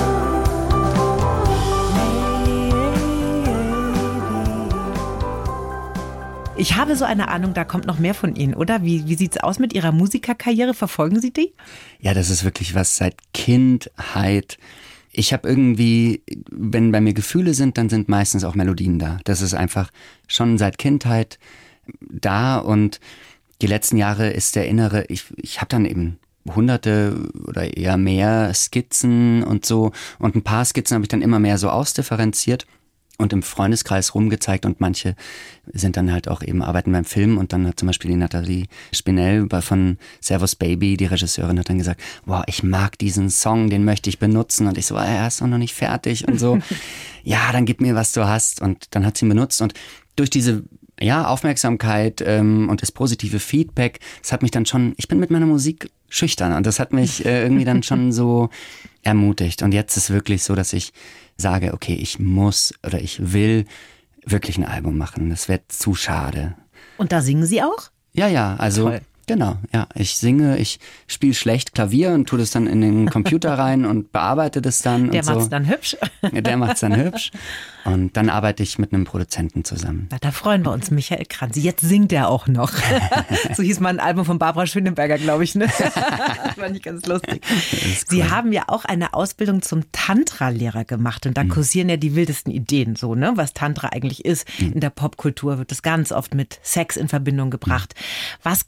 Maybe. Ich habe so eine Ahnung, da kommt noch mehr von Ihnen, oder? Wie, wie sieht es aus mit Ihrer Musikerkarriere? Verfolgen Sie die? Ja, das ist wirklich was seit Kindheit. Ich habe irgendwie, wenn bei mir Gefühle sind, dann sind meistens auch Melodien da. Das ist einfach schon seit Kindheit da und die letzten Jahre ist der innere, ich, ich habe dann eben hunderte oder eher mehr Skizzen und so und ein paar Skizzen habe ich dann immer mehr so ausdifferenziert und im Freundeskreis rumgezeigt und manche sind dann halt auch eben arbeiten beim Film und dann hat zum Beispiel die Nathalie Spinell von Servus Baby, die Regisseurin, hat dann gesagt, wow, ich mag diesen Song, den möchte ich benutzen und ich so, er ist doch noch nicht fertig und so, ja, dann gib mir, was du hast und dann hat sie ihn benutzt und durch diese ja, Aufmerksamkeit ähm, und das positive Feedback, das hat mich dann schon, ich bin mit meiner Musik schüchtern und das hat mich äh, irgendwie dann schon so ermutigt und jetzt ist wirklich so, dass ich sage, okay, ich muss oder ich will wirklich ein Album machen. Das wäre zu schade. Und da singen Sie auch? Ja, ja, also Toll. Genau, ja. Ich singe, ich spiele schlecht Klavier und tue das dann in den Computer rein und bearbeite das dann. Der und so. macht's dann hübsch. Ja, der macht's dann hübsch. Und dann arbeite ich mit einem Produzenten zusammen. Na, da freuen wir uns, Michael Kranz. Jetzt singt er auch noch. So hieß mal ein Album von Barbara Schöneberger, glaube ich. Ne? Das war nicht ganz lustig. Cool. Sie haben ja auch eine Ausbildung zum Tantra-Lehrer gemacht. Und da kursieren ja die wildesten Ideen, so, ne? Was Tantra eigentlich ist. In der Popkultur wird das ganz oft mit Sex in Verbindung gebracht. Was genau macht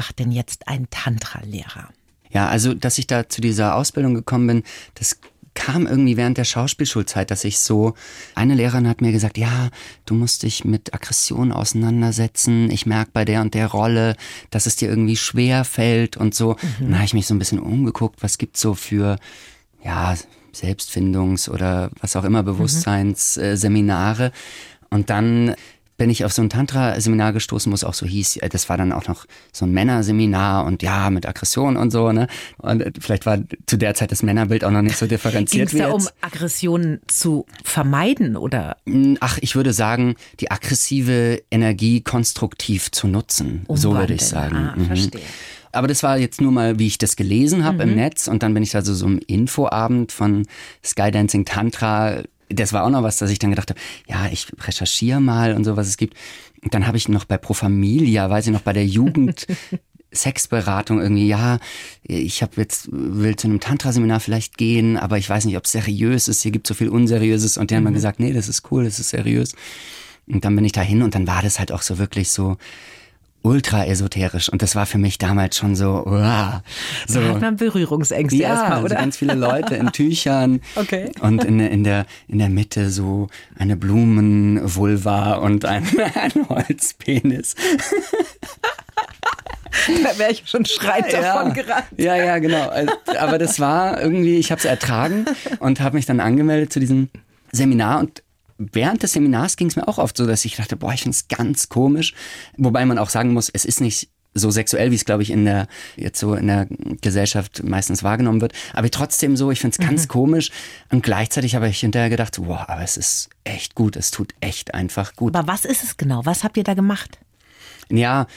macht denn jetzt ein Tantra-Lehrer? Ja, also, dass ich da zu dieser Ausbildung gekommen bin, das kam irgendwie während der Schauspielschulzeit, dass ich so, eine Lehrerin hat mir gesagt, ja, du musst dich mit Aggression auseinandersetzen. Ich merke bei der und der Rolle, dass es dir irgendwie schwer fällt und so. Mhm. Dann habe ich mich so ein bisschen umgeguckt, was gibt's so für, ja, Selbstfindungs- oder was auch immer, Bewusstseinsseminare. Und dann bin ich auf so ein Tantra-Seminar gestoßen, wo es auch so hieß, das war dann auch noch so ein Männerseminar und ja, mit Aggression und so, ne? Und vielleicht war zu der Zeit das Männerbild auch noch nicht so differenziert wie jetzt. Ging es da um Aggressionen zu vermeiden, oder? Ach, ich würde sagen, die aggressive Energie konstruktiv zu nutzen. Umwandeln. So würde ich sagen. Ah, mhm. verstehe. Aber das war jetzt nur mal, wie ich das gelesen habe mhm. im Netz, und dann bin ich da so, so im Infoabend von Skydancing Tantra. Das war auch noch was, dass ich dann gedacht habe, ja, ich recherchiere mal und so, was es gibt. Und dann habe ich noch bei Pro Familia, weiß ich noch, bei der Jugend Sexberatung irgendwie, ja, ich habe jetzt, will zu einem Tantra-Seminar vielleicht gehen, aber ich weiß nicht, ob es seriös ist, hier gibt es so viel Unseriöses. Und die haben mhm. mir gesagt, nee, das ist cool, das ist seriös. Und dann bin ich da hin und dann war das halt auch so wirklich so ultra esoterisch, und das war für mich damals schon so, wow, so. Da hat man Berührungsängste ja, erstmal, oder? Also ganz viele Leute in Tüchern okay. und in, in, der, in der Mitte so eine Blumenvulva und ein, ein Holzpenis. Da wäre ich schon schreit ja, davon gerannt. Ja, ja, genau. Aber das war irgendwie, ich habe es ertragen und habe mich dann angemeldet zu diesem Seminar, und während des Seminars ging es mir auch oft so, dass ich dachte, boah, ich finde es ganz komisch. Wobei man auch sagen muss, es ist nicht so sexuell, wie es, glaube ich, in der, jetzt so in der Gesellschaft meistens wahrgenommen wird. Aber trotzdem so, ich finde es ganz mhm. komisch. Und gleichzeitig habe ich hinterher gedacht, wow, aber es ist echt gut. Es tut echt einfach gut. Aber was ist es genau? Was habt ihr da gemacht? Ja,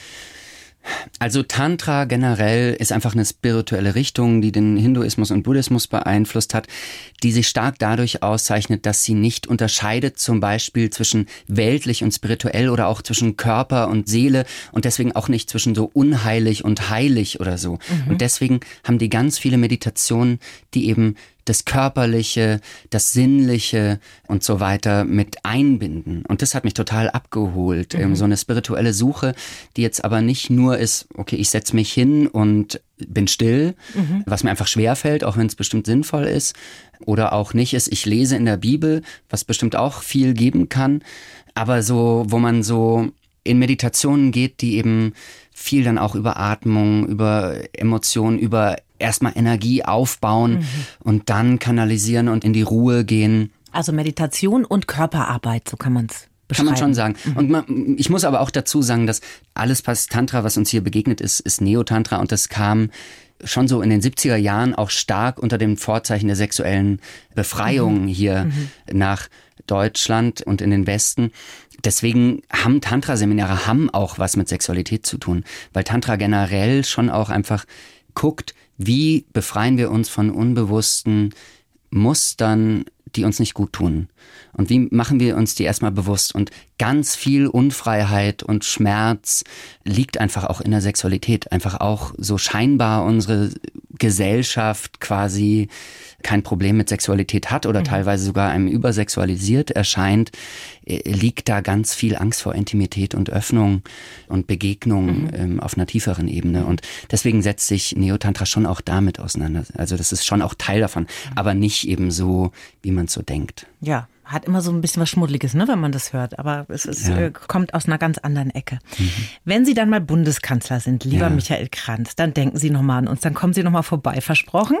also Tantra generell ist einfach eine spirituelle Richtung, die den Hinduismus und Buddhismus beeinflusst hat, die sich stark dadurch auszeichnet, dass sie nicht unterscheidet, zum Beispiel zwischen weltlich und spirituell oder auch zwischen Körper und Seele, und deswegen auch nicht zwischen so unheilig und heilig oder so. Mhm. Und deswegen haben die ganz viele Meditationen, die eben das Körperliche, das Sinnliche und so weiter mit einbinden. Und das hat mich total abgeholt. Mhm. So eine spirituelle Suche, die jetzt aber nicht nur ist, okay, ich setze mich hin und bin still, mhm. was mir einfach schwerfällt, auch wenn es bestimmt sinnvoll ist. Oder auch nicht ist, ich lese in der Bibel, was bestimmt auch viel geben kann. Aber so, wo man so in Meditationen geht, die eben viel dann auch über Atmung, über Emotionen, über erstmal Energie aufbauen mhm. und dann kanalisieren und in die Ruhe gehen. Also Meditation und Körperarbeit, so kann man es beschreiben. Kann man schon sagen. Mhm. Und man, ich muss aber auch dazu sagen, dass alles Tantra, was uns hier begegnet ist, ist Neo-Tantra, und das kam schon so in den siebziger Jahren auch stark unter dem Vorzeichen der sexuellen Befreiung mhm. hier mhm. nach Deutschland und in den Westen. Deswegen haben Tantra-Seminare haben auch was mit Sexualität zu tun, weil Tantra generell schon auch einfach guckt, wie befreien wir uns von unbewussten Mustern, die uns nicht gut tun. Und wie machen wir uns die erstmal bewusst? Und ganz viel Unfreiheit und Schmerz liegt einfach auch in der Sexualität. Einfach auch so scheinbar unsere Gesellschaft quasi kein Problem mit Sexualität hat oder mhm. teilweise sogar einem übersexualisiert erscheint, liegt da ganz viel Angst vor Intimität und Öffnung und Begegnung mhm. ähm, auf einer tieferen Ebene. Und deswegen setzt sich Neo-Tantra schon auch damit auseinander. Also das ist schon auch Teil davon, mhm. aber nicht eben so, wie man es so denkt. Ja, hat immer so ein bisschen was Schmuddeliges, ne, wenn man das hört. Aber es ist, ja. äh, kommt aus einer ganz anderen Ecke. Mhm. Wenn Sie dann mal Bundeskanzler sind, lieber ja. Michael Kranz, dann denken Sie nochmal an uns. Dann kommen Sie nochmal vorbei, versprochen?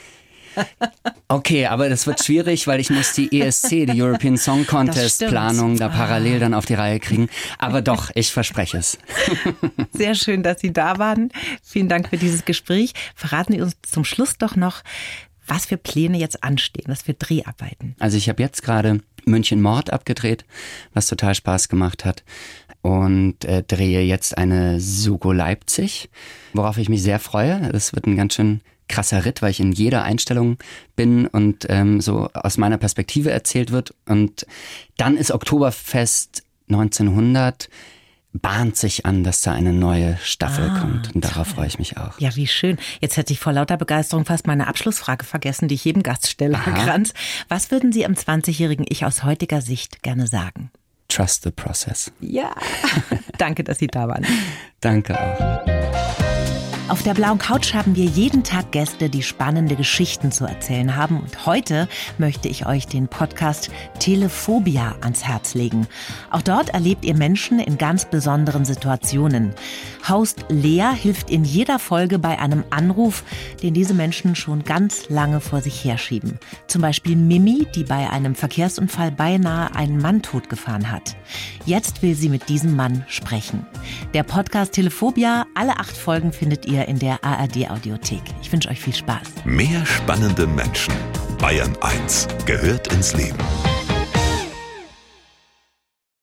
Okay, aber das wird schwierig, weil ich muss die E S C, die European Song Contest Planung, da parallel dann auf die Reihe kriegen. Aber doch, ich verspreche es. Sehr schön, dass Sie da waren. Vielen Dank für dieses Gespräch. Verraten Sie uns zum Schluss doch noch, was für Pläne jetzt anstehen, was für Dreharbeiten. Also ich habe jetzt gerade München Mord abgedreht, was total Spaß gemacht hat. Und äh, drehe jetzt eine Sugo Leipzig, worauf ich mich sehr freue. Das wird ein ganz schön krasser Ritt, weil ich in jeder Einstellung bin und ähm, so aus meiner Perspektive erzählt wird. Und dann ist Oktoberfest neunzehnhundert, bahnt sich an, dass da eine neue Staffel ah, kommt. Und darauf toll. Freue ich mich auch. Ja, wie schön. Jetzt hätte ich vor lauter Begeisterung fast meine Abschlussfrage vergessen, die ich jedem Gast stelle, Herr Kranz. Was würden Sie am zwanzigjährigen Ich aus heutiger Sicht gerne sagen? Trust the process. Ja, danke, dass Sie da waren. Danke auch. Auf der blauen Couch haben wir jeden Tag Gäste, die spannende Geschichten zu erzählen haben. Und heute möchte ich euch den Podcast Telephobia ans Herz legen. Auch dort erlebt ihr Menschen in ganz besonderen Situationen. Host Lea hilft in jeder Folge bei einem Anruf, den diese Menschen schon ganz lange vor sich herschieben. Zum Beispiel Mimi, die bei einem Verkehrsunfall beinahe einen Mann totgefahren hat. Jetzt will sie mit diesem Mann sprechen. Der Podcast Telephobia, alle acht Folgen findet ihr in der A R D-Audiothek. Ich wünsche euch viel Spaß. Mehr spannende Menschen. Bayern eins gehört ins Leben.